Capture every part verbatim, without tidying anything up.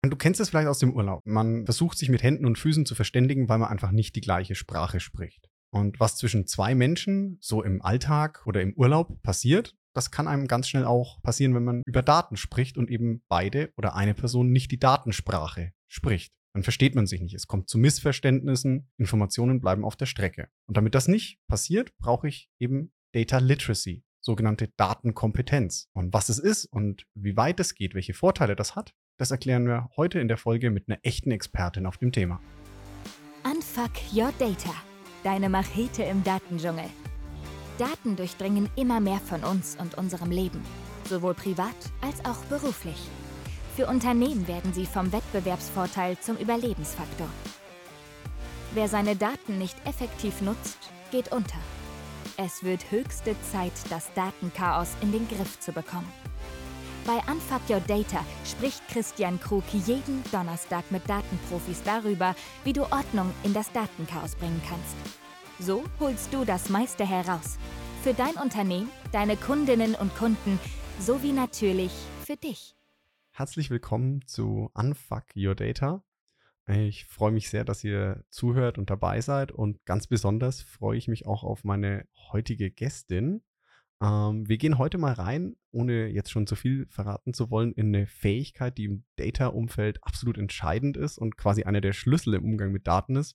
Du kennst es vielleicht aus dem Urlaub. Man versucht sich mit Händen und Füßen zu verständigen, weil man einfach nicht die gleiche Sprache spricht. Und was zwischen zwei Menschen so im Alltag oder im Urlaub passiert, das kann einem ganz schnell auch passieren, wenn man über Daten spricht und eben beide oder eine Person nicht die Datensprache spricht. Dann versteht man sich nicht. Es kommt zu Missverständnissen, Informationen bleiben auf der Strecke. Und damit das nicht passiert, brauche ich eben Data Literacy, sogenannte Datenkompetenz. Und was es ist und wie weit es geht, welche Vorteile das hat, das erklären wir heute in der Folge mit einer echten Expertin auf dem Thema. Unfuck Your Data, deine Machete im Datendschungel. Daten durchdringen immer mehr von uns und unserem Leben, sowohl privat als auch beruflich. Für Unternehmen werden sie vom Wettbewerbsvorteil zum Überlebensfaktor. Wer seine Daten nicht effektiv nutzt, geht unter. Es wird höchste Zeit, das Datenchaos in den Griff zu bekommen. Bei Unfuck Your Data spricht Christian Krug jeden Donnerstag mit Datenprofis darüber, wie du Ordnung in das Datenchaos bringen kannst. So holst du das meiste heraus. Für dein Unternehmen, deine Kundinnen und Kunden, sowie natürlich für dich. Herzlich willkommen zu Unfuck Your Data. Ich freue mich sehr, dass ihr zuhört und dabei seid und ganz besonders freue ich mich auch auf meine heutige Gästin. Ähm, wir gehen heute mal rein, ohne jetzt schon zu viel verraten zu wollen, in eine Fähigkeit, die im Data-Umfeld absolut entscheidend ist und quasi einer der Schlüssel im Umgang mit Daten ist.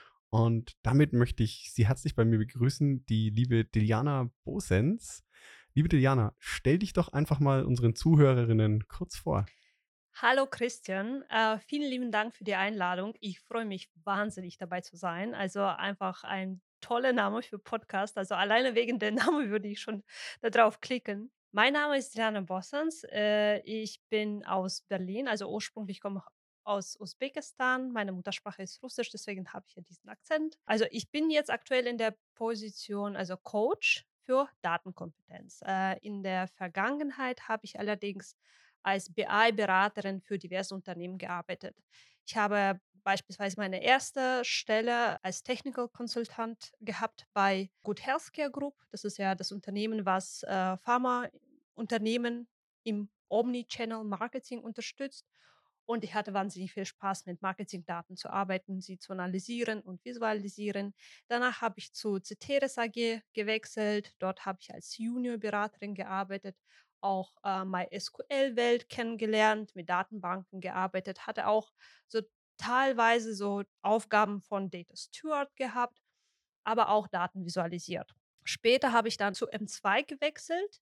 Und damit möchte ich Sie herzlich bei mir begrüßen, die liebe Diljana Bosens. Liebe Diljana, stell dich doch einfach mal unseren Zuhörerinnen kurz vor. Hallo Christian, äh, vielen lieben Dank für die Einladung. Ich freue mich wahnsinnig dabei zu sein. Also einfach ein toller Name für Podcast. Also alleine wegen der Name würde ich schon darauf klicken. Mein Name ist Diana Bossans. Äh, ich bin aus Berlin, also ursprünglich komme ich aus Usbekistan. Meine Muttersprache ist Russisch, deswegen habe ich ja diesen Akzent. Also ich bin jetzt aktuell in der Position, also Coach für Datenkompetenz. Äh, in der Vergangenheit habe ich allerdings als B I-Beraterin für diverse Unternehmen gearbeitet. Ich habe beispielsweise meine erste Stelle als Technical Consultant gehabt bei Good Healthcare Group. Das ist ja das Unternehmen, was äh, Pharmaunternehmen im Omnichannel Marketing unterstützt. Und ich hatte wahnsinnig viel Spaß, mit Marketingdaten zu arbeiten, sie zu analysieren und visualisieren. Danach habe ich zu Ceteris A G gewechselt. Dort habe ich als Junior-Beraterin gearbeitet, auch äh, MySQL-Welt kennengelernt, mit Datenbanken gearbeitet, hatte auch so teilweise so Aufgaben von Data Steward gehabt, aber auch Daten visualisiert. Später habe ich dann zu M zwei gewechselt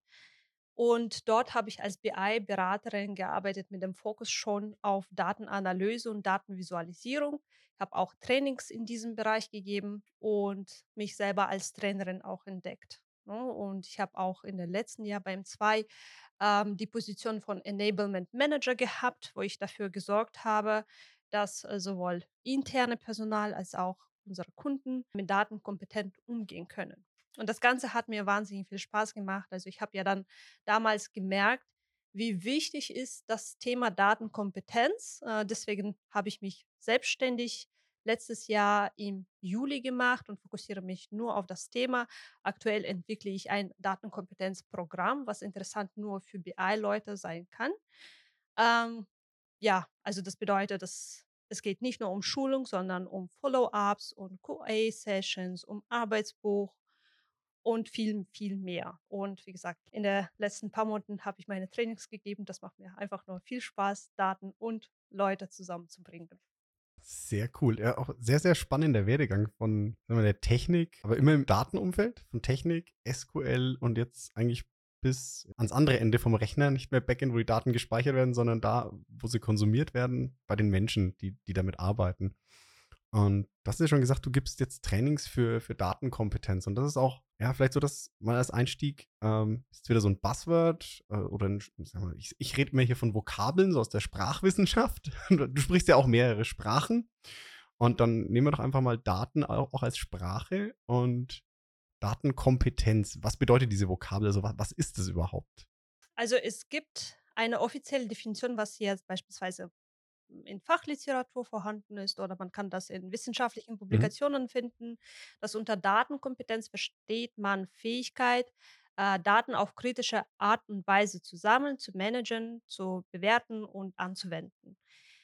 und dort habe ich als B I-Beraterin gearbeitet mit dem Fokus schon auf Datenanalyse und Datenvisualisierung. Ich habe auch Trainings in diesem Bereich gegeben und mich selber als Trainerin auch entdeckt. Ne? Und ich habe auch in den letzten Jahr beim zwei ähm, die Position von Enablement Manager gehabt, wo ich dafür gesorgt habe, dass äh, sowohl interne Personal als auch unsere Kunden mit Daten kompetent umgehen können. Und das Ganze hat mir wahnsinnig viel Spaß gemacht. Also ich habe ja dann damals gemerkt, wie wichtig ist das Thema Datenkompetenz. Äh, deswegen habe ich mich selbstständig letztes Jahr im Juli gemacht und fokussiere mich nur auf das Thema. Aktuell entwickle ich ein Datenkompetenzprogramm, was interessant nur für B I-Leute sein kann. Ähm, ja, also das bedeutet, dass es geht nicht nur um Schulung, sondern um Follow-ups und Q A-Sessions, um Arbeitsbuch und viel, viel mehr. Und wie gesagt, in den letzten paar Monaten habe ich meine Trainings gegeben. Das macht mir einfach nur viel Spaß, Daten und Leute zusammenzubringen. Sehr cool. Ja, auch sehr, sehr spannender Werdegang von sagen wir, der Technik, aber immer im Datenumfeld, von Technik, S Q L und jetzt eigentlich bis ans andere Ende vom Rechner, nicht mehr Backend, wo die Daten gespeichert werden, sondern da, wo sie konsumiert werden, bei den Menschen, die, die damit arbeiten. Und du hast ja schon gesagt, du gibst jetzt Trainings für, für Datenkompetenz. Und das ist auch, ja, vielleicht so das mal als Einstieg, ähm, ist wieder so ein Buzzword äh, oder ein, sag mal, ich, ich rede mehr hier von Vokabeln, so aus der Sprachwissenschaft. Du sprichst ja auch mehrere Sprachen. Und dann nehmen wir doch einfach mal Daten auch, auch als Sprache und Datenkompetenz. Was bedeutet diese Vokabel? Also was, was ist das überhaupt? Also es gibt eine offizielle Definition, was jetzt beispielsweise in Fachliteratur vorhanden ist oder man kann das in wissenschaftlichen Mhm. Publikationen finden, dass unter Datenkompetenz versteht man Fähigkeit, äh, Daten auf kritische Art und Weise zu sammeln, zu managen, zu bewerten und anzuwenden.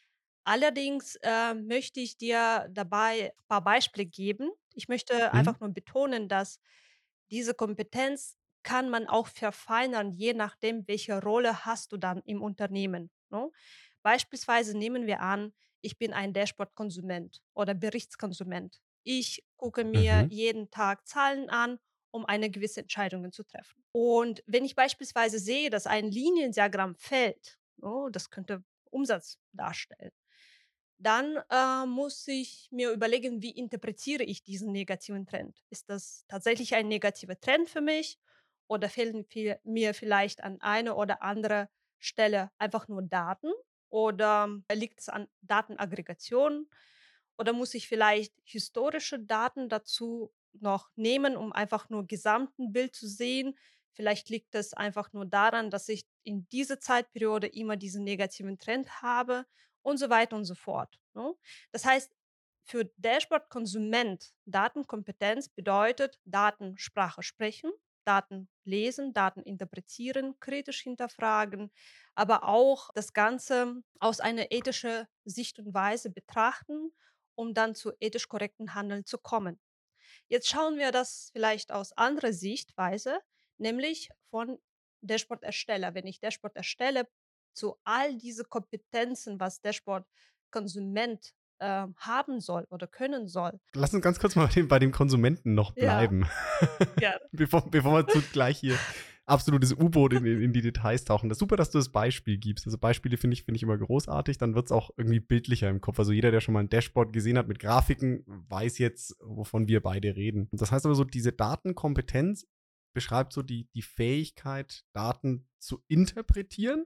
Allerdings, äh, möchte ich dir dabei ein paar Beispiele geben. Ich möchte Mhm. einfach nur betonen, dass diese Kompetenz kann man auch verfeinern, je nachdem, welche Rolle hast du dann im Unternehmen, ne? Beispielsweise nehmen wir an, ich bin ein Dashboard-Konsument oder Berichtskonsument. Ich gucke mir Mhm. jeden Tag Zahlen an, um eine gewisse Entscheidungen zu treffen. Und wenn ich beispielsweise sehe, dass ein Liniendiagramm fällt, oh, das könnte Umsatz darstellen, dann äh, muss ich mir überlegen, wie interpretiere ich diesen negativen Trend? Ist das tatsächlich ein negativer Trend für mich oder fehlen viel, mir vielleicht an einer oder andere Stelle einfach nur Daten oder liegt es an Datenaggregation oder muss ich vielleicht historische Daten dazu noch nehmen, um einfach nur gesamten Bild zu sehen? Vielleicht liegt es einfach nur daran, dass ich in dieser Zeitperiode immer diesen negativen Trend habe und so weiter und so fort, ne? Das heißt, für Dashboard-Konsument Datenkompetenz bedeutet Datensprache sprechen, Daten lesen, Daten interpretieren, kritisch hinterfragen, aber auch das Ganze aus einer ethischen Sicht und Weise betrachten, um dann zu ethisch korrekten Handeln zu kommen. Jetzt schauen wir das vielleicht aus anderer Sichtweise, nämlich von Dashboard-Ersteller. Wenn ich Dashboard erstelle, zu all diese Kompetenzen, was Dashboard-Konsument ähm, haben soll oder können soll. Lass uns ganz kurz mal bei dem, bei dem Konsumenten noch Ja, bleiben. gerne. bevor, bevor wir zu gleich hier absolutes U-Boot in, in, in die Details tauchen. Das ist super, dass du das Beispiel gibst. Also Beispiele finde ich, finde ich immer großartig. Dann wird es auch irgendwie bildlicher im Kopf. Also jeder, der schon mal ein Dashboard gesehen hat mit Grafiken, weiß jetzt, wovon wir beide reden. Und das heißt aber so, diese Datenkompetenz beschreibt so die, die Fähigkeit, Daten zu interpretieren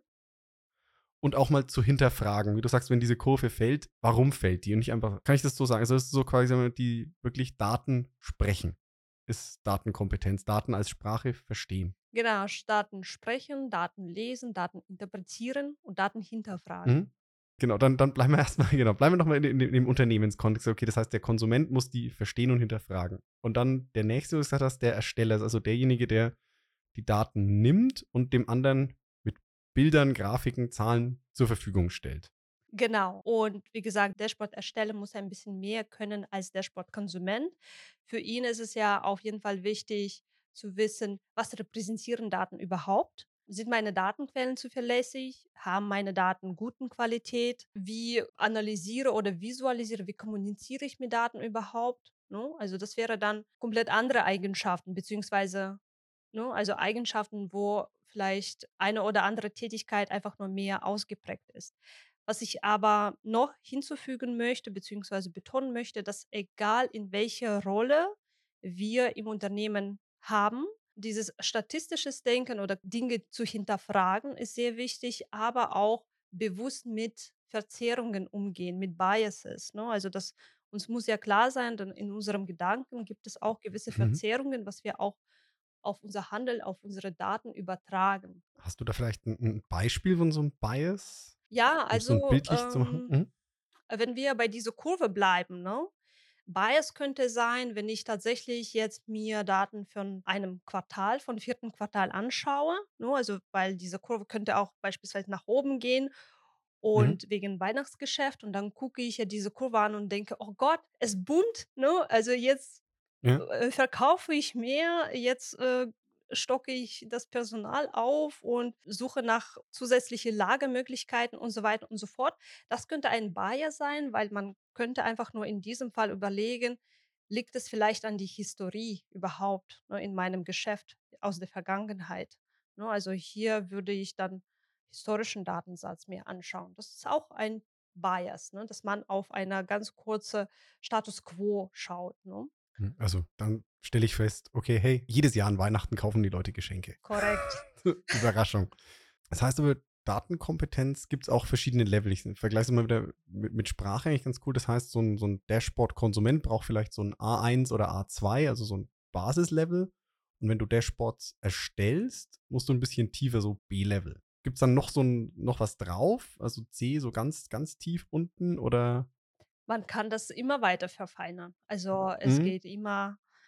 und auch mal zu hinterfragen. Wie du sagst, wenn diese Kurve fällt, warum fällt die? Und nicht einfach, kann ich das so sagen? Also, es ist so quasi, die wirklich Daten sprechen. Ist Datenkompetenz, Daten als Sprache verstehen. Genau, Daten sprechen, Daten lesen, Daten interpretieren und Daten hinterfragen. Mhm. Genau, dann, dann bleiben wir erstmal, genau, bleiben wir nochmal in, in, in dem Unternehmenskontext. Okay, das heißt, der Konsument muss die verstehen und hinterfragen. Und dann der nächste, du gesagt hast, der Ersteller, also derjenige, der die Daten nimmt und dem anderen mit Bildern, Grafiken, Zahlen zur Verfügung stellt. Genau. Und wie gesagt, Dashboard erstellen muss ein bisschen mehr können als Dashboard-Konsument. Für ihn ist es ja auf jeden Fall wichtig zu wissen, was repräsentieren Daten überhaupt? Sind meine Datenquellen zuverlässig? Haben meine Daten guten Qualität? Wie analysiere oder visualisiere, wie kommuniziere ich mit Daten überhaupt? Ne? Also das wäre dann komplett andere Eigenschaften, beziehungsweise ne, also Eigenschaften, wo vielleicht eine oder andere Tätigkeit einfach nur mehr ausgeprägt ist. Was ich aber noch hinzufügen möchte, beziehungsweise betonen möchte, dass egal in welcher Rolle wir im Unternehmen haben, dieses statistisches Denken oder Dinge zu hinterfragen, ist sehr wichtig, aber auch bewusst mit Verzerrungen umgehen, mit Biases. Ne? Also das uns muss ja klar sein, denn in unserem Gedanken gibt es auch gewisse Mhm. Verzerrungen, was wir auch auf unser Handeln, auf unsere Daten übertragen. Hast du da vielleicht ein, ein Beispiel von so einem Bias, Ja, um es so also bildlich zu machen? ähm, Mhm. wenn wir bei dieser Kurve bleiben, ne? Bias könnte sein, wenn ich tatsächlich jetzt mir Daten von einem Quartal, von vierten Quartal anschaue, ne? Also, weil diese Kurve könnte auch beispielsweise nach oben gehen Mhm. und wegen Weihnachtsgeschäft und dann gucke ich ja diese Kurve an und denke: „Oh Gott, es boomt“, ne? Also, jetzt Ja. äh, verkaufe ich mehr, jetzt, äh, stocke ich das Personal auf und suche nach zusätzliche Lagermöglichkeiten und so weiter und so fort. Das könnte ein Buyer sein, weil man könnte einfach nur in diesem Fall überlegen, liegt es vielleicht an die Historie überhaupt, ne, in meinem Geschäft aus der Vergangenheit, ne? Also, hier würde ich dann historischen Datensatz mir anschauen. Das ist auch ein Bias, ne, dass man auf einer ganz kurze Status quo schaut, ne? Hm, also, dann stelle ich fest, okay, hey, jedes Jahr an Weihnachten kaufen die Leute Geschenke. Korrekt. Überraschung. Das heißt aber, Datenkompetenz gibt es auch verschiedene Level. Ich vergleiche es mal wieder mit, mit Sprache eigentlich ganz cool. Das heißt, so ein, so ein Dashboard-Konsument braucht vielleicht so ein A eins oder A zwei, also so ein Basislevel. Und wenn du Dashboards erstellst, musst du ein bisschen tiefer, so B-Level. Gibt es dann noch so ein, noch was drauf? Also C, so ganz, ganz tief unten oder? Man kann das immer weiter verfeinern. Also, es Mhm. geht immer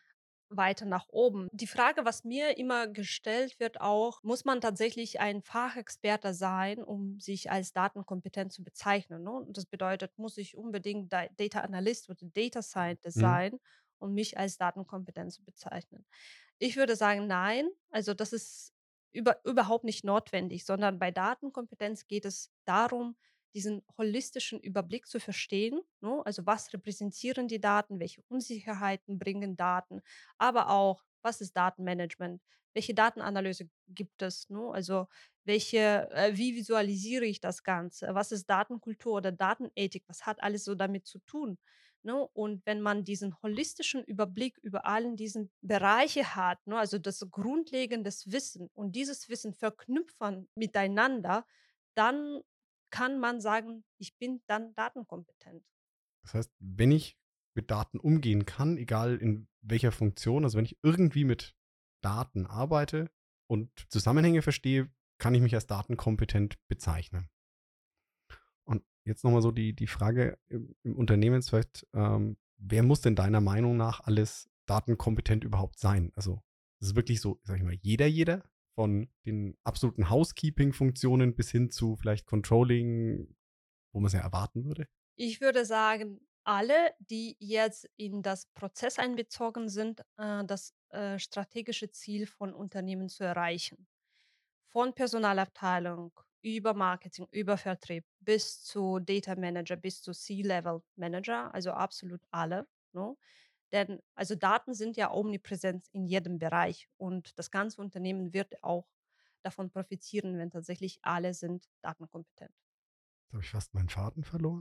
weiter nach oben. Die Frage, was mir immer gestellt wird auch, muss man tatsächlich ein Fachexperte sein, um sich als datenkompetent zu bezeichnen, ne? Und das bedeutet, muss ich unbedingt Da Data Analyst oder Data Scientist Mhm. sein, um mich als datenkompetent zu bezeichnen? Ich würde sagen, nein. Also, das ist über überhaupt nicht notwendig, sondern bei Datenkompetenz geht es darum, diesen holistischen Überblick zu verstehen, ne? Also, was repräsentieren die Daten, welche Unsicherheiten bringen Daten, aber auch, was ist Datenmanagement? Welche Datenanalyse gibt es, ne? Also, welche äh, wie visualisiere ich das Ganze? Was ist Datenkultur oder Datenethik? Was hat alles so damit zu tun? Ne? Und wenn man diesen holistischen Überblick über allen diesen Bereiche hat, ne, also das grundlegendes Wissen und dieses Wissen verknüpfen miteinander, dann kann man sagen, ich bin dann datenkompetent. Das heißt, wenn ich mit Daten umgehen kann, egal in welcher Funktion, also wenn ich irgendwie mit Daten arbeite und Zusammenhänge verstehe, kann ich mich als datenkompetent bezeichnen. Und jetzt noch mal so die die Frage im im Unternehmen ist vielleicht, ähm, wer muss denn deiner Meinung nach alles datenkompetent überhaupt sein? Also, ist es wirklich so, sage ich mal, jeder jeder? Von den absoluten Housekeeping-Funktionen bis hin zu vielleicht Controlling, wo man es ja erwarten würde? Ich würde sagen, alle, die jetzt in das Prozess einbezogen sind, äh, das äh, strategische Ziel von Unternehmen zu erreichen. Von Personalabteilung über Marketing, über Vertrieb bis zu Data Manager, bis zu C-Level Manager, also absolut alle. Ne? Denn also Daten sind ja omnipräsent in jedem Bereich und das ganze Unternehmen wird auch davon profitieren, wenn tatsächlich alle sind datenkompetent. Jetzt habe ich fast meinen Faden verloren.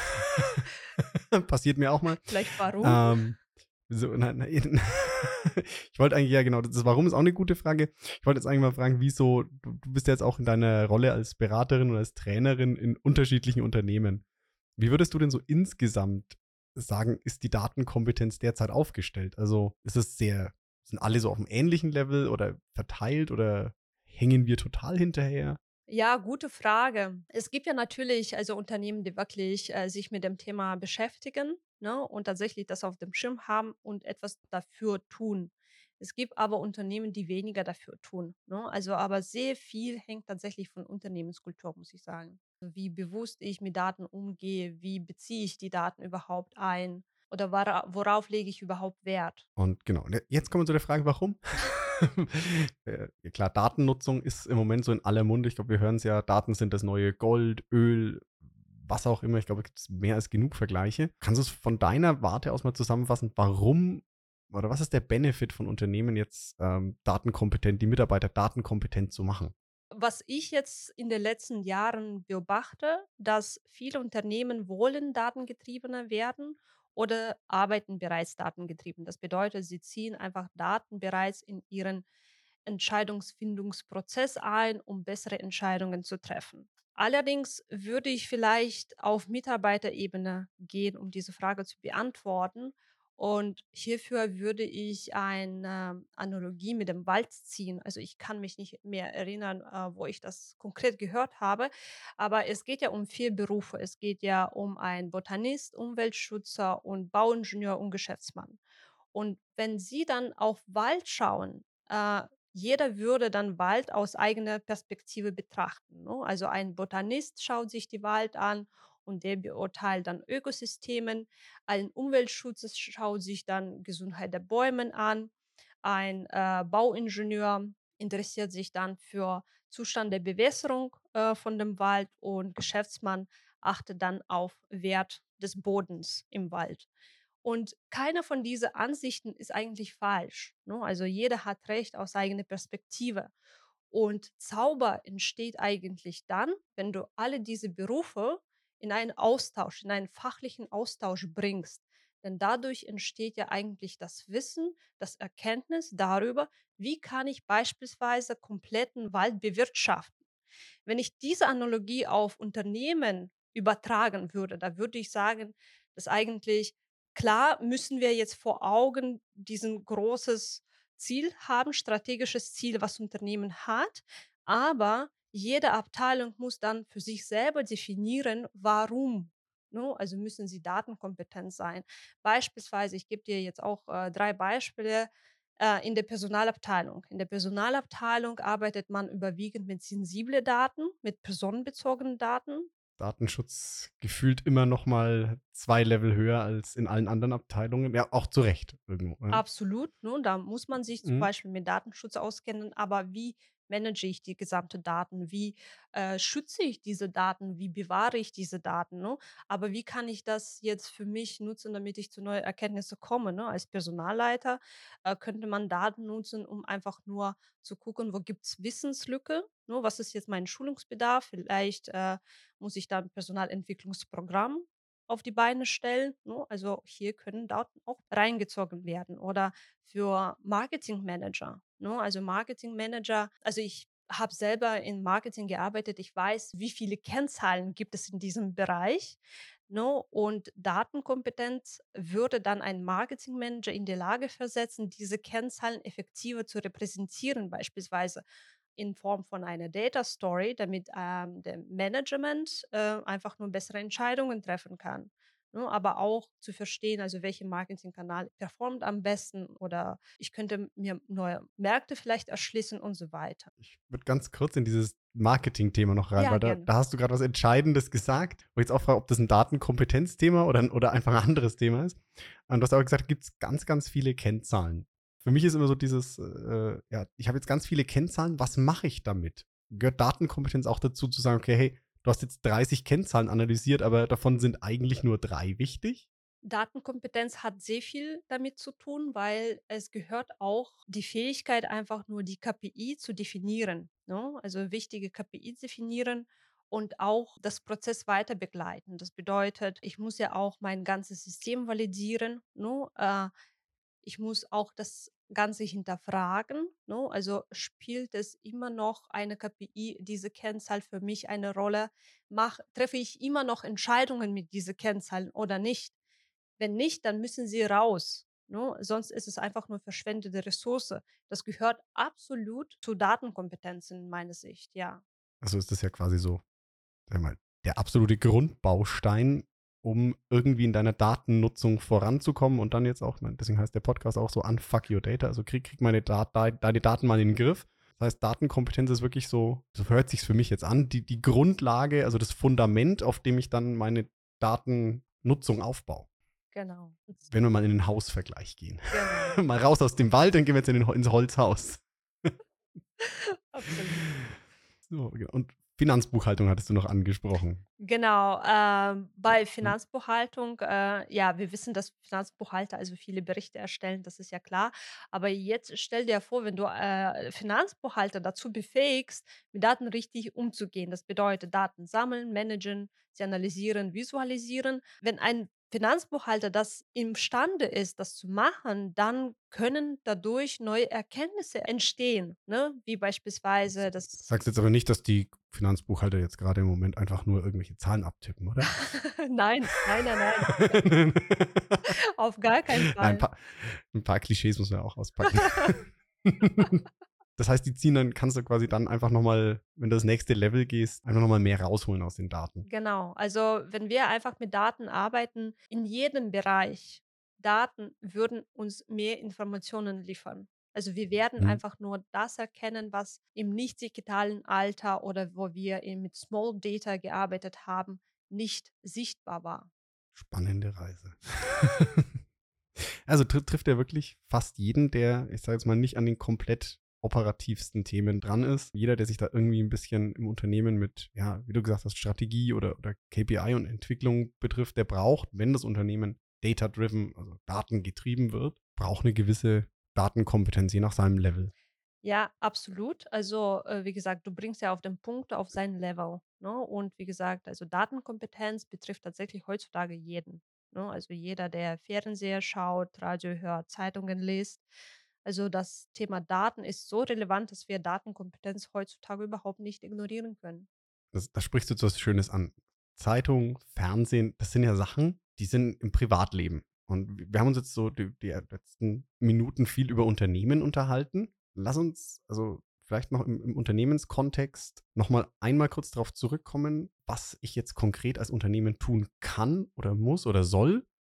Passiert mir auch mal. Vielleicht warum? Ähm, so, nein, nein, ich wollte eigentlich, ja genau, das Warum ist auch eine gute Frage. Ich wollte jetzt eigentlich mal fragen, wieso, du, du bist ja jetzt auch in deiner Rolle als Beraterin und als Trainerin in unterschiedlichen Unternehmen. Wie würdest du denn so insgesamt sagen, ist die Datenkompetenz derzeit aufgestellt? Also ist es sehr, sind alle so auf einem ähnlichen Level oder verteilt oder hängen wir total hinterher? Ja, gute Frage. Es gibt ja natürlich also Unternehmen, die wirklich äh, sich mit dem Thema beschäftigen, ne, und tatsächlich das auf dem Schirm haben und etwas dafür tun. Es gibt aber Unternehmen, die weniger dafür tun. Ne? Also aber sehr viel hängt tatsächlich von Unternehmenskultur, muss ich sagen. Also wie bewusst ich mit Daten umgehe, wie beziehe ich die Daten überhaupt ein oder wora- worauf lege ich überhaupt Wert. Und genau, und jetzt kommen wir zu der Frage, warum? Äh, ja klar, Datennutzung ist im Moment so in aller Munde. Ich glaube, wir hören es ja, Daten sind das neue Gold, Öl, was auch immer. Ich glaube, es gibt mehr als genug Vergleiche. Kannst du es von deiner Warte aus mal zusammenfassen, warum oder was ist der Benefit von Unternehmen jetzt, ähm, datenkompetent die Mitarbeiter datenkompetent zu machen? Was ich jetzt in den letzten Jahren beobachte, dass viele Unternehmen wollen datengetriebener werden oder arbeiten bereits datengetrieben. Das bedeutet, sie ziehen einfach Daten bereits in ihren Entscheidungsfindungsprozess ein, um bessere Entscheidungen zu treffen. Allerdings würde ich vielleicht auf Mitarbeiterebene gehen, um diese Frage zu beantworten. Und hierfür würde ich eine Analogie mit dem Wald ziehen. Also ich kann mich nicht mehr erinnern, äh, wo ich das konkret gehört habe, aber es geht ja um vier Berufe. Es geht ja um einen Botanist, Umweltschützer und Bauingenieur und Geschäftsmann. Und wenn Sie dann auf Wald schauen, äh, jeder würde dann Wald aus eigener Perspektive betrachten. Ne? Also ein Botanist schaut sich die Wald an und der beurteilt dann Ökosystemen. Ein Umweltschutz schaut sich dann Gesundheit der Bäume an. Ein äh, Bauingenieur interessiert sich dann für Zustand der Bewässerung äh, von dem Wald und Geschäftsmann achtet dann auf Wert des Bodens im Wald. Und keine von diesen Ansichten ist eigentlich falsch. Ne? Also jeder hat Recht aus eigener Perspektive. Und Zauber entsteht eigentlich dann, wenn du alle diese Berufe in einen Austausch, in einen fachlichen Austausch bringst. Denn dadurch entsteht ja eigentlich das Wissen, das Erkenntnis darüber, wie kann ich beispielsweise kompletten Wald bewirtschaften. Wenn ich diese Analogie auf Unternehmen übertragen würde, da würde ich sagen, dass eigentlich klar müssen wir jetzt vor Augen diesen großes Ziel haben, strategisches Ziel, was Unternehmen hat, aber jede Abteilung muss dann für sich selber definieren, warum. Ne? Also müssen sie datenkompetent sein. Beispielsweise, ich gebe dir jetzt auch äh, drei Beispiele. Äh, in der Personalabteilung. In der Personalabteilung arbeitet man überwiegend mit sensiblen Daten, mit personenbezogenen Daten. Datenschutz gefühlt immer noch mal zwei Level höher als in allen anderen Abteilungen. Ja, auch zu Recht irgendwo, ja. Absolut, ne? Da muss man sich zum Mhm. Beispiel mit Datenschutz auskennen, aber wie manage ich die gesamte Daten? Wie, äh, schütze ich diese Daten? Wie bewahre ich diese Daten, ne? Aber wie kann ich das jetzt für mich nutzen, damit ich zu neuen Erkenntnisse komme, ne? Als Personalleiter, äh, könnte man Daten nutzen, um einfach nur zu gucken, wo gibt's Wissenslücke, ne? Was ist jetzt mein Schulungsbedarf? Vielleicht, äh, muss ich da 'n Personalentwicklungsprogramm auf die Beine stellen, ne? Also, hier können Daten auch reingezogen werden oder für Marketingmanager, ne? Also, Marketingmanager also, ich habe selber in Marketing gearbeitet. Ich weiß, wie viele Kennzahlen gibt es in diesem Bereich, ne? Und Datenkompetenz würde dann einen Marketingmanager in die Lage versetzen, diese Kennzahlen effektiver zu repräsentieren, beispielsweise in Form von einer Data Story, damit, ähm, der Management, äh, einfach nur bessere Entscheidungen treffen kann, ne? Aber auch zu verstehen, also welcher Marketingkanal performt am besten oder ich könnte mir neue Märkte vielleicht erschließen und so weiter. Ich würde ganz kurz in dieses Marketing-Thema noch rein, Ja, weil da gerne. da hast du gerade was Entscheidendes gesagt, wo ich jetzt auch frage, ob das ein Datenkompetenzthema oder 'n oder einfach ein anderes Thema ist. Und du hast aber gesagt, gibt's ganz, ganz viele Kennzahlen. Für mich ist immer so dieses, äh, ja, ich habe jetzt ganz viele Kennzahlen, was mache ich damit? Gehört Datenkompetenz auch dazu, zu sagen: „Okay, hey, du hast jetzt dreißig Kennzahlen analysiert, aber davon sind eigentlich nur drei wichtig?“ Datenkompetenz hat sehr viel damit zu tun, weil es gehört auch die Fähigkeit, einfach nur die K P I zu definieren, ne? Also wichtige K P I definieren und auch das Prozess weiter begleiten. Das bedeutet, ich muss ja auch mein ganzes System validieren, ne? Äh, ich muss auch das Ganze hinterfragen, ne? Also spielt es immer noch eine K P I, diese Kennzahl für mich eine Rolle? Mach, treffe ich immer noch Entscheidungen mit diesen Kennzahlen oder nicht? Wenn nicht, dann müssen sie raus, ne? Sonst ist es einfach nur verschwendete Ressource. Das gehört absolut zu Datenkompetenzen in meiner Sicht, ja. Also, ist das ja quasi so, sage mal, der absolute Grundbaustein, um irgendwie in deiner Datennutzung voranzukommen und dann jetzt auch, ich meine, deswegen heißt der Podcast auch so Unfuck Your Data, also krieg, krieg meine Dat dei- deine Daten mal in den Griff. Das heißt, Datenkompetenz ist wirklich so, so hört sich's für mich jetzt an, die, die Grundlage, also das Fundament, auf dem ich dann meine Datennutzung aufbaue. Genau. Ins Wenn wir mal in den Hausvergleich gehen. Genau, Mal raus aus dem Wald, dann gehen wir jetzt in den, Ho- ins Holzhaus. absolut. So, genau. Und Finanzbuchhaltung hattest du noch angesprochen. Genau, ähm, bei Hm. Finanzbuchhaltung, äh, ja, wir wissen, dass Finanzbuchhalter also viele Berichte erstellen, das ist ja klar. Aber jetzt stell dir vor, wenn du äh, Finanzbuchhalter dazu befähigst, mit Daten richtig umzugehen. Das bedeutet Daten sammeln, managen, sie analysieren, visualisieren. Wenn ein Finanzbuchhalter das imstande ist, das zu machen, dann können dadurch neue Erkenntnisse entstehen, ne? Wie beispielsweise das. Sagst jetzt aber nicht, dass die Finanzbuchhalter jetzt gerade im Moment einfach nur irgendwelche Zahlen abtippen, oder? Nein, nein, nein, nein, auf gar keinen Nein, 'n Fall. paar 'n paar Klischees muss man ja auch auspacken. Das heißt, die ziehen dann kannst du quasi dann einfach noch mal, wenn du das nächste Level gehst, einfach noch mal mehr rausholen aus den Daten. Genau. Also, wenn wir einfach mit Daten arbeiten, in jedem Bereich, Daten würden uns mehr Informationen liefern. Also, wir werden Mhm. einfach nur das erkennen, was im nicht digitalen Alter oder wo wir eben mit Small Data gearbeitet haben, nicht sichtbar war. Spannende Reise. Also, tri trifft er wirklich fast jeden, der, ich sage jetzt mal, nicht an den komplett operativsten Themen dran ist. Jeder, der sich da irgendwie ein bisschen im Unternehmen mit, ja, wie du gesagt hast, Strategie oder oder K P I und Entwicklung betrifft, der braucht, wenn das Unternehmen data-driven, also datengetrieben wird, braucht eine gewisse Datenkompetenz, je nach seinem Level. Ja, absolut. Also, äh, wie gesagt, du bringst ja auf den Punkt auf sein Level, ne? Und wie gesagt, also Datenkompetenz betrifft tatsächlich heutzutage jeden, ne? Also jeder, der Fernseher schaut, Radio hört, Zeitungen liest. Also das Thema Daten ist so relevant, dass wir Datenkompetenz heutzutage überhaupt nicht ignorieren können. Das da sprichst du jetzt was Schönes an. Zeitung, Fernsehen, das sind ja Sachen, die sind im Privatleben. Und wir haben uns jetzt so die, die letzten Minuten viel über Unternehmen unterhalten. Lass uns also vielleicht noch im, im Unternehmenskontext noch mal einmal kurz darauf zurückkommen, was ich jetzt konkret als Unternehmen tun kann oder muss oder soll,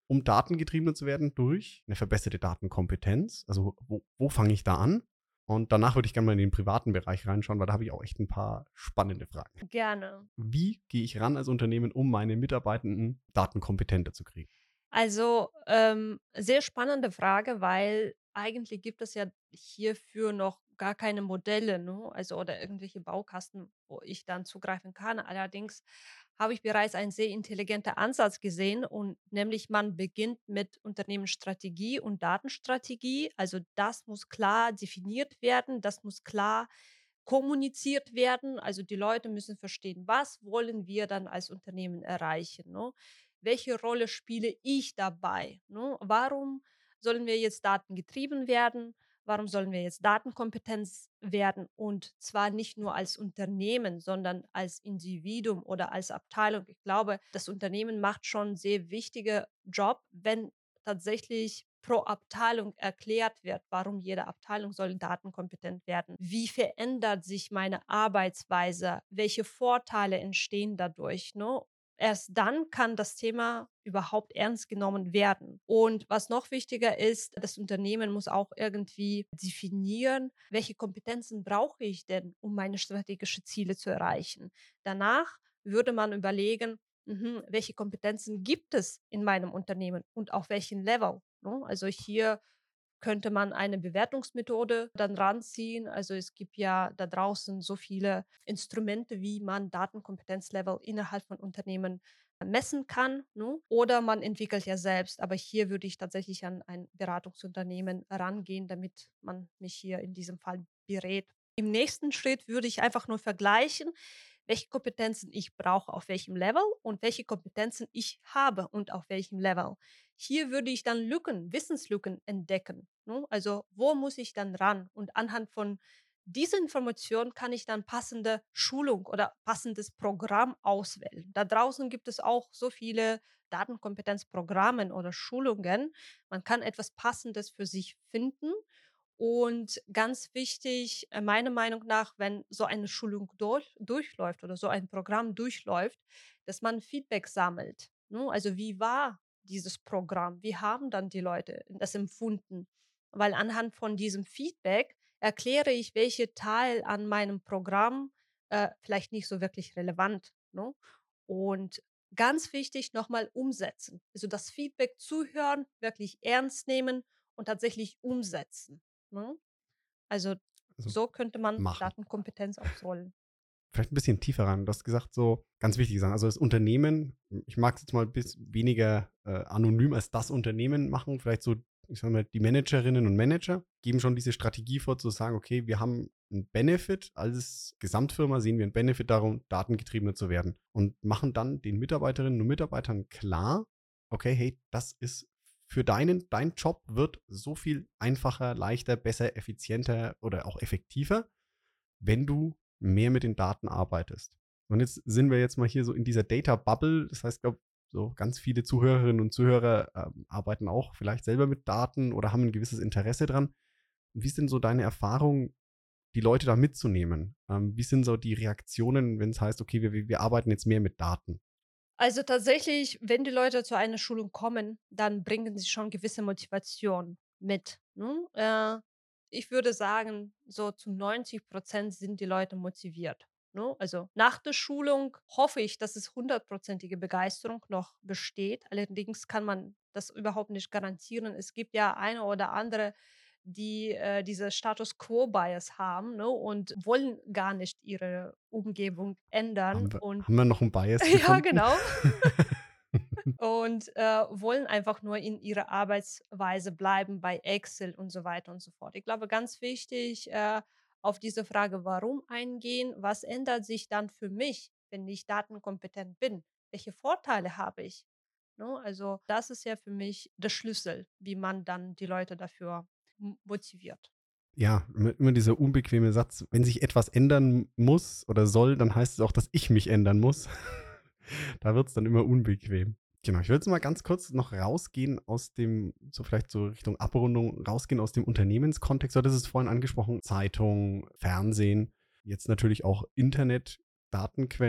um datengetriebener zu werden durch eine verbesserte Datenkompetenz? Also wo, wo fange ich da an? Und danach würde ich gerne mal in den privaten Bereich reinschauen, weil da habe ich auch echt ein paar spannende Fragen. Gerne. Wie gehe ich ran als Unternehmen, um meine Mitarbeitenden datenkompetenter zu kriegen? Also, ähm, sehr spannende Frage, weil eigentlich gibt es ja hierfür noch gar keine Modelle, ne? Also oder irgendwelche Baukasten, wo ich dann zugreifen kann. Allerdings habe ich bereits einen sehr intelligenten Ansatz gesehen und nämlich man beginnt mit Unternehmensstrategie und Datenstrategie. Also das muss klar definiert werden, das muss klar kommuniziert werden. Also die Leute müssen verstehen, was wollen wir dann als Unternehmen erreichen, ne? Welche Rolle spiele ich dabei? Ne? Warum sollen wir jetzt datengetrieben werden? Warum sollen wir jetzt Datenkompetenz werden? Und zwar nicht nur als Unternehmen, sondern als Individuum oder als Abteilung. Ich glaube, das Unternehmen macht schon einen sehr wichtigen Job, wenn tatsächlich pro Abteilung erklärt wird, warum jede Abteilung soll datenkompetent werden. Wie verändert sich meine Arbeitsweise? Welche Vorteile entstehen dadurch? Ne? Erst dann kann das Thema überhaupt ernst genommen werden. Und was noch wichtiger ist, das Unternehmen muss auch irgendwie definieren, welche Kompetenzen brauche ich denn, um meine strategischen Ziele zu erreichen. Danach würde man überlegen, mhm, welche Kompetenzen gibt es in meinem Unternehmen und auf welchem Level. Ne? Also hier könnte man eine Bewertungsmethode dann ranziehen. Also es gibt ja da draußen so viele Instrumente, wie man Datenkompetenzlevel innerhalb von Unternehmen messen kann. Ne? Oder man entwickelt ja selbst. Aber hier würde ich tatsächlich an ein Beratungsunternehmen rangehen, damit man mich hier in diesem Fall berät. Im nächsten Schritt würde ich einfach nur vergleichen, welche Kompetenzen ich brauche auf welchem Level und welche Kompetenzen ich habe und auf welchem Level. Hier würde ich dann Lücken, Wissenslücken entdecken. Ne? Also wo muss ich dann ran? Und anhand von dieser Information kann ich dann passende Schulung oder passendes Programm auswählen. Da draußen gibt es auch so viele Datenkompetenzprogramme oder Schulungen. Man kann etwas Passendes für sich finden. Und ganz wichtig, äh, meiner Meinung nach, wenn so eine Schulung durch, durchläuft oder so ein Programm durchläuft, dass man Feedback sammelt. Ne? Also wie war dieses Programm? Wie haben dann die Leute das empfunden? Weil anhand von diesem Feedback erkläre ich, welche Teil an meinem Programm äh, vielleicht nicht so wirklich relevant. Ne? Und ganz wichtig, nochmal umsetzen. Also das Feedback zuhören, wirklich ernst nehmen und tatsächlich umsetzen. Ne? Also Also so könnte man machen. Datenkompetenz ausrollen. Vielleicht ein bisschen tiefer rein. Du hast gesagt, so ganz wichtige Sachen. Also das Unternehmen, ich mag es jetzt mal ein bisschen weniger äh, anonym als das Unternehmen machen. Vielleicht so, ich sag mal, die Managerinnen und Manager geben schon diese Strategie vor, zu sagen, okay, wir haben einen Benefit. Als Gesamtfirma sehen wir einen Benefit darum, datengetriebener zu werden. Und machen dann den Mitarbeiterinnen und Mitarbeitern klar, okay, hey, das ist für deinen, dein Job wird so viel einfacher, leichter, besser, effizienter oder auch effektiver, wenn du mehr mit den Daten arbeitest. Und jetzt sind wir jetzt mal hier so in dieser Data Bubble. Das heißt, ich glaube, so ganz viele Zuhörerinnen und Zuhörer ähm, arbeiten auch vielleicht selber mit Daten oder haben ein gewisses Interesse dran. Wie ist denn so deine Erfahrung, die Leute da mitzunehmen? Ähm, wie sind so die Reaktionen, wenn es heißt, okay, wir, wir arbeiten jetzt mehr mit Daten? Also tatsächlich, wenn die Leute zu einer Schulung kommen, dann bringen sie schon gewisse Motivation mit. Ne? Äh, ich würde sagen, so zu neunzig Prozent sind die Leute motiviert. Ne? Also nach der Schulung hoffe ich, dass es hundertprozentige Begeisterung noch besteht. Allerdings kann man das überhaupt nicht garantieren. Es gibt ja eine oder andere, die äh, diese Status Quo-Bias haben, ne, und wollen gar nicht ihre Umgebung ändern. Haben wir, Und haben wir noch einen Bias ja, gefunden? genau. Und äh, wollen einfach nur in ihrer Arbeitsweise bleiben bei Excel und so weiter und so fort. Ich glaube, ganz wichtig, äh, auf diese Frage, warum eingehen, was ändert sich dann für mich, wenn ich datenkompetent bin? Welche Vorteile habe ich? Ne? Also das ist ja für mich der Schlüssel, wie man dann die Leute dafür m- motiviert. Ja, immer, immer dieser unbequeme Satz, wenn sich etwas ändern muss oder soll, dann heißt es auch, dass ich mich ändern muss. Da wird es dann immer unbequem. Genau, ich würde jetzt mal ganz kurz noch rausgehen aus dem, so vielleicht so Richtung Abrundung, rausgehen aus dem Unternehmenskontext. Du hattest es vorhin angesprochen, Zeitung, Fernsehen, jetzt natürlich auch Internet, Datenquellen.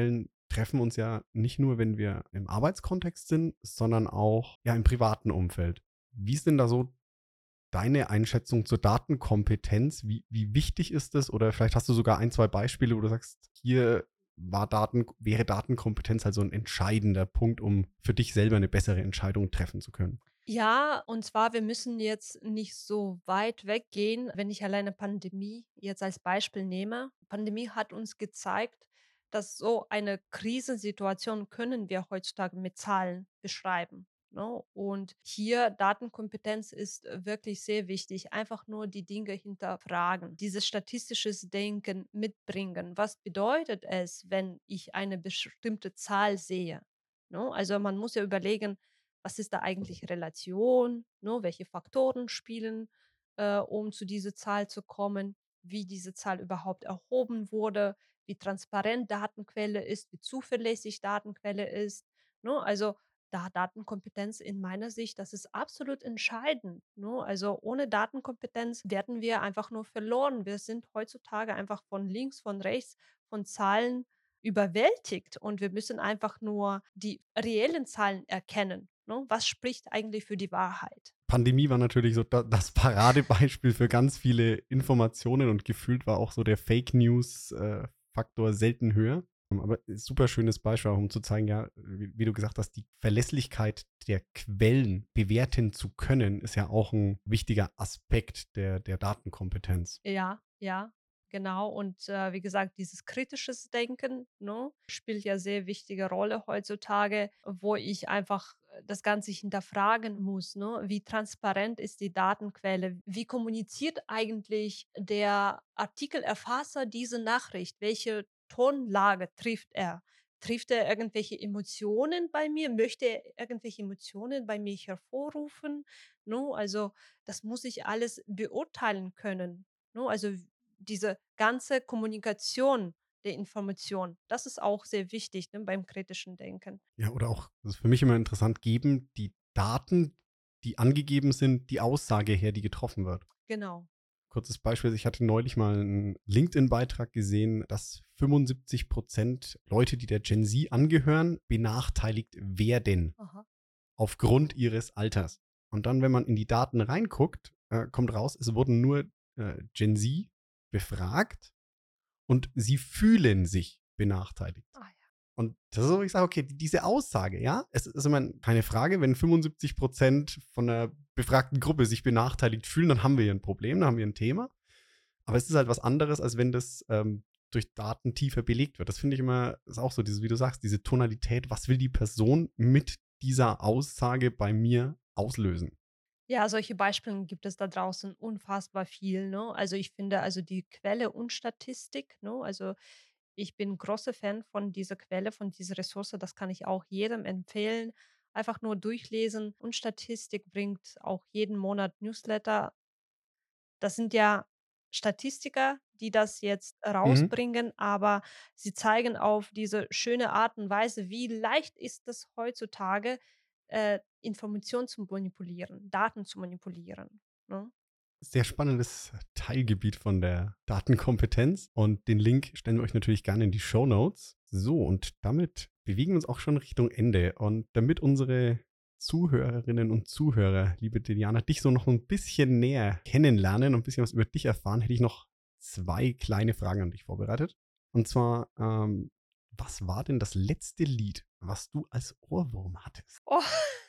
treffen uns ja nicht nur, wenn wir im Arbeitskontext sind, sondern auch ja im privaten Umfeld. Wie ist denn da so deine Einschätzung zur Datenkompetenz? Wie, wie wichtig ist das? Oder vielleicht hast du sogar ein, zwei Beispiele, wo du sagst, hier war Daten, wäre Datenkompetenz also ein entscheidender Punkt, um für dich selber eine bessere Entscheidung treffen zu können. Ja, und zwar, wir müssen jetzt nicht so weit weggehen, wenn ich alleine Pandemie jetzt als Beispiel nehme. Pandemie hat uns gezeigt, dass so eine Krisensituation können wir heutzutage mit Zahlen beschreiben. Ne? Und hier Datenkompetenz ist äh, wirklich sehr wichtig. Einfach nur die Dinge hinterfragen, dieses statistisches Denken mitbringen. Was bedeutet es, wenn ich eine bestimmte Zahl sehe? Ne? Also man muss ja überlegen, was ist da eigentlich Relation, ne? Welche Faktoren spielen, äh, um zu dieser Zahl zu kommen, wie diese Zahl überhaupt erhoben wurde, wie transparent Datenquelle ist, wie zuverlässig Datenquelle ist. Ne? Also da Datenkompetenz in meiner Sicht, das ist absolut entscheidend. Ne? Also ohne Datenkompetenz werden wir einfach nur verloren. Wir sind heutzutage einfach von links, von rechts, von Zahlen überwältigt und wir müssen einfach nur die reellen Zahlen erkennen. Ne? Was spricht eigentlich für die Wahrheit? Pandemie war natürlich so da, das Paradebeispiel für ganz viele Informationen und gefühlt war auch so der Fake News-Faktor selten höher. Aber super schönes Beispiel, auch um zu zeigen, ja, wie, wie du gesagt hast, die Verlässlichkeit der Quellen bewerten zu können, ist ja auch ein wichtiger Aspekt der, der Datenkompetenz. Ja, ja, genau. Und äh, wie gesagt, dieses kritisches Denken, ne, spielt ja sehr wichtige Rolle heutzutage, wo ich einfach äh, das Ganze hinterfragen muss. Ne? Wie transparent ist die Datenquelle? Wie kommuniziert eigentlich der Artikelerfasser diese Nachricht? Welche Tonlage trifft er? Trifft er irgendwelche Emotionen bei mir? Möchte er irgendwelche Emotionen bei mir hervorrufen? No, also das muss ich alles beurteilen können. Ne? Also w diese ganze Kommunikation der Information, das ist auch sehr wichtig, ne, beim kritischen Denken. Ja, oder auch, das ist für mich immer interessant, geben die Daten, die angegeben sind, die Aussage her, die getroffen wird. Genau. Kurzes Beispiel, ich hatte neulich mal einen LinkedIn-Beitrag gesehen, dass fünfundsiebzig Prozent Leute, die der Gen Z angehören, benachteiligt werden Aha. aufgrund ihres Alters. Und dann, wenn man in die Daten reinguckt, äh, kommt raus, es wurden nur äh, Gen Z befragt und sie fühlen sich benachteiligt. Ah ja. Und das ist so, wo ich sage, okay, diese Aussage, ja, es ist immer keine Frage, wenn fünfundsiebzig Prozent von der befragten Gruppe sich benachteiligt fühlen, dann haben wir hier ein Problem, dann haben wir ein Thema. Aber es ist halt was anderes, als wenn das ähm, durch Daten tiefer belegt wird. Das finde ich immer, ist auch so, dieses, wie du sagst, diese Tonalität, was will die Person mit dieser Aussage bei mir auslösen? Ja, solche Beispiele gibt es da draußen unfassbar viel, ne? Also, ich finde also die Quelle und Statistik, ne? Also, ich bin großer Fan von dieser Quelle, von dieser Ressource. Das kann ich auch jedem empfehlen. Einfach nur durchlesen und Statistik bringt auch jeden Monat Newsletter. Das sind ja Statistiker, die das jetzt Mhm. rausbringen, aber sie zeigen auf diese schöne Art und Weise, wie leicht ist es heutzutage, äh, Informationen zu manipulieren, Daten zu manipulieren, ne? Sehr spannendes Teilgebiet von der Datenkompetenz. Und den Link stellen wir euch natürlich gerne in die Show Notes. So, und damit bewegen wir uns auch schon Richtung Ende. Und damit unsere Zuhörerinnen und Zuhörer, liebe Diana, dich so noch ein bisschen näher kennenlernen und ein bisschen was über dich erfahren, hätte ich noch zwei kleine Fragen an dich vorbereitet. Und zwar, ähm, was war denn das letzte Lied, was du als Ohrwurm hattest? Oh,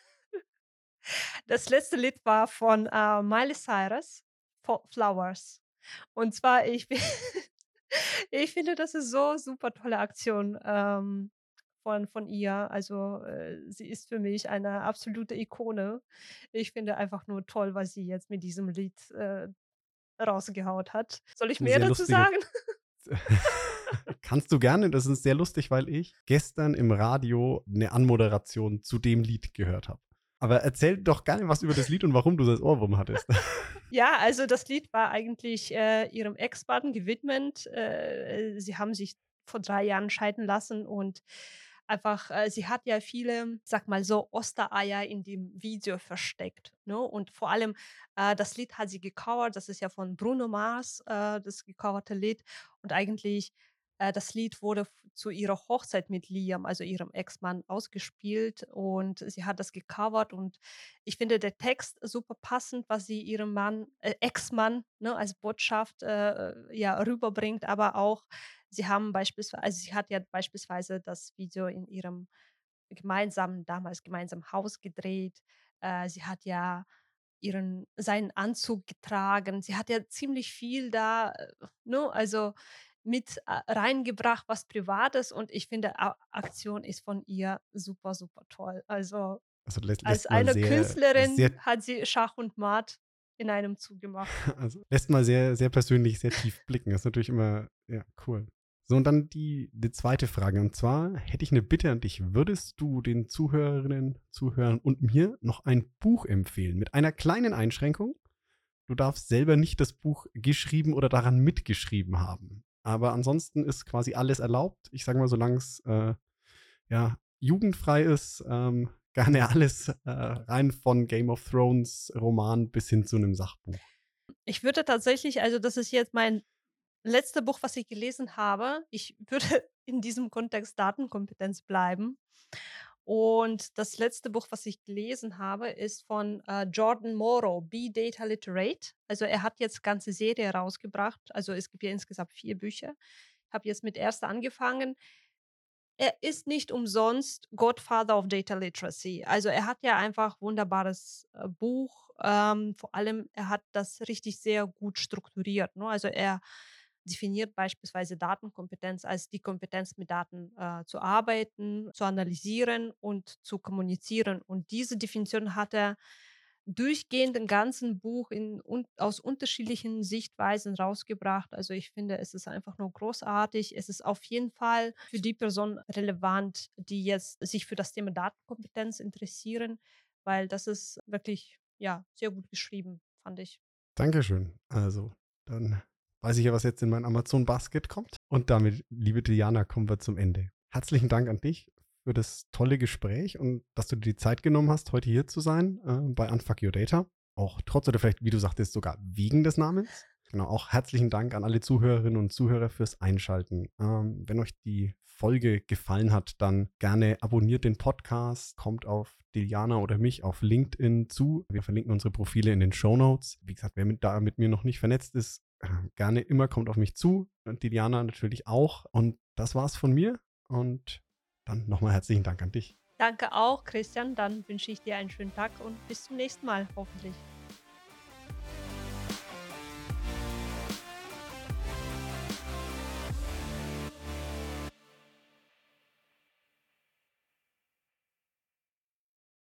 das letzte Lied war von, äh, Miley Cyrus, Fo „Flowers". Und zwar, ich bin ich finde, das ist so super tolle Aktion, ähm, von von ihr. Also, äh, sie ist für mich eine absolute Ikone. Ich finde einfach nur toll, was sie jetzt mit diesem Lied, äh, rausgehaut hat. Soll ich Eine mehr sehr dazu lustige. sagen? Kannst du gerne, das ist sehr lustig, weil ich gestern im Radio eine Anmoderation zu dem Lied gehört habe. Aber erzähl doch gerne was über das Lied und warum du das Ohrwurm hattest. Ja, also das Lied war eigentlich, äh, ihrem Ex-Partner gewidmet. Äh, sie haben sich vor drei Jahren scheiden lassen und einfach äh, sie hat ja viele, sag mal so, Ostereier in dem Video versteckt, ne? Und vor allem, äh, das Lied hat sie gecovert. Das ist ja von Bruno Mars, äh, das gecoverte Lied. Und eigentlich Äh, das Lied wurde f zu ihrer Hochzeit mit Liam, also ihrem Ex-Mann, ausgespielt und sie hat das gecovert und ich finde der Text super passend, was sie ihrem Mann äh, Ex-Mann, ne, als Botschaft, äh, äh, ja, rüberbringt, aber auch sie haben beispielsweise also sie hat ja beispielsweise das Video in ihrem gemeinsamen damals gemeinsamen Haus gedreht. Äh, sie hat ja ihren seinen Anzug getragen. Sie hat ja ziemlich viel da, äh, ne, also mit, äh, reingebracht, was Privates und ich finde, A Aktion ist von ihr super, super toll. Also, Also lässt, als lässt mal eine sehr, sehr, Künstlerin hat sie Schach und Mat in einem Zug gemacht. also lässt mal sehr, sehr persönlich, sehr tief blicken. Das ist natürlich immer, ja, cool. So, und dann die, die zweite Frage. Und zwar hätte ich eine Bitte an dich. Würdest du den Zuhörerinnen, Zuhörern und mir noch ein Buch empfehlen? Mit einer kleinen Einschränkung. Du darfst selber nicht das Buch geschrieben oder daran mitgeschrieben haben. Aber ansonsten ist quasi alles erlaubt. Ich sage mal, solange es äh, ja, jugendfrei ist, ähm, gerne alles äh, rein von Game of Thrones Roman bis hin zu einem Sachbuch. Ich würde tatsächlich also, das ist jetzt mein letzte Buch, was ich gelesen habe. Ich würde in diesem Kontext Datenkompetenz bleiben. Und das letzte Buch, was ich gelesen habe, ist von, äh, Jordan Morrow, „Be Data Literate". Also, er hat jetzt ganze Serie rausgebracht. Also, es gibt ja insgesamt vier Bücher. Habe jetzt mit erster angefangen. Er ist nicht umsonst Godfather of Data Literacy. Also, er hat ja einfach wunderbares, äh, Buch. Ähm, vor allem, er hat das richtig sehr gut strukturiert, ne? Also, er definiert beispielsweise Datenkompetenz als die Kompetenz, mit Daten, äh, zu arbeiten, zu analysieren und zu kommunizieren. Und diese Definition hat er durchgehend im ganzen Buch in un aus unterschiedlichen Sichtweisen rausgebracht. Also, ich finde, es ist einfach nur großartig. Es ist auf jeden Fall für die Person relevant, die jetzt sich für das Thema Datenkompetenz interessieren, weil das ist wirklich, ja, sehr gut geschrieben, fand ich. Dankeschön. Also, dann weiß ich ja, was jetzt in mein Amazon Basket kommt. Und damit, liebe Diana, kommen wir zum Ende. Herzlichen Dank an dich für das tolle Gespräch und dass du dir die Zeit genommen hast, heute hier zu sein äh, bei Unfuck Your Data. Auch trotz oder vielleicht, wie du sagtest, sogar wegen des Namens. Genau, auch herzlichen Dank an alle Zuhörerinnen und Zuhörer fürs Einschalten. Ähm, wenn euch die Folge gefallen hat, dann gerne abonniert den Podcast, kommt auf Diana oder mich auf LinkedIn zu. Wir verlinken unsere Profile in den Shownotes. Wie gesagt, wer mit, da mit mir noch nicht vernetzt ist, äh, gerne immer kommt auf mich zu. Und Diana natürlich auch. Und das war's von mir. Und dann nochmal herzlichen Dank an dich. Danke auch, Christian. Dann wünsche ich dir einen schönen Tag und bis zum nächsten Mal, hoffentlich.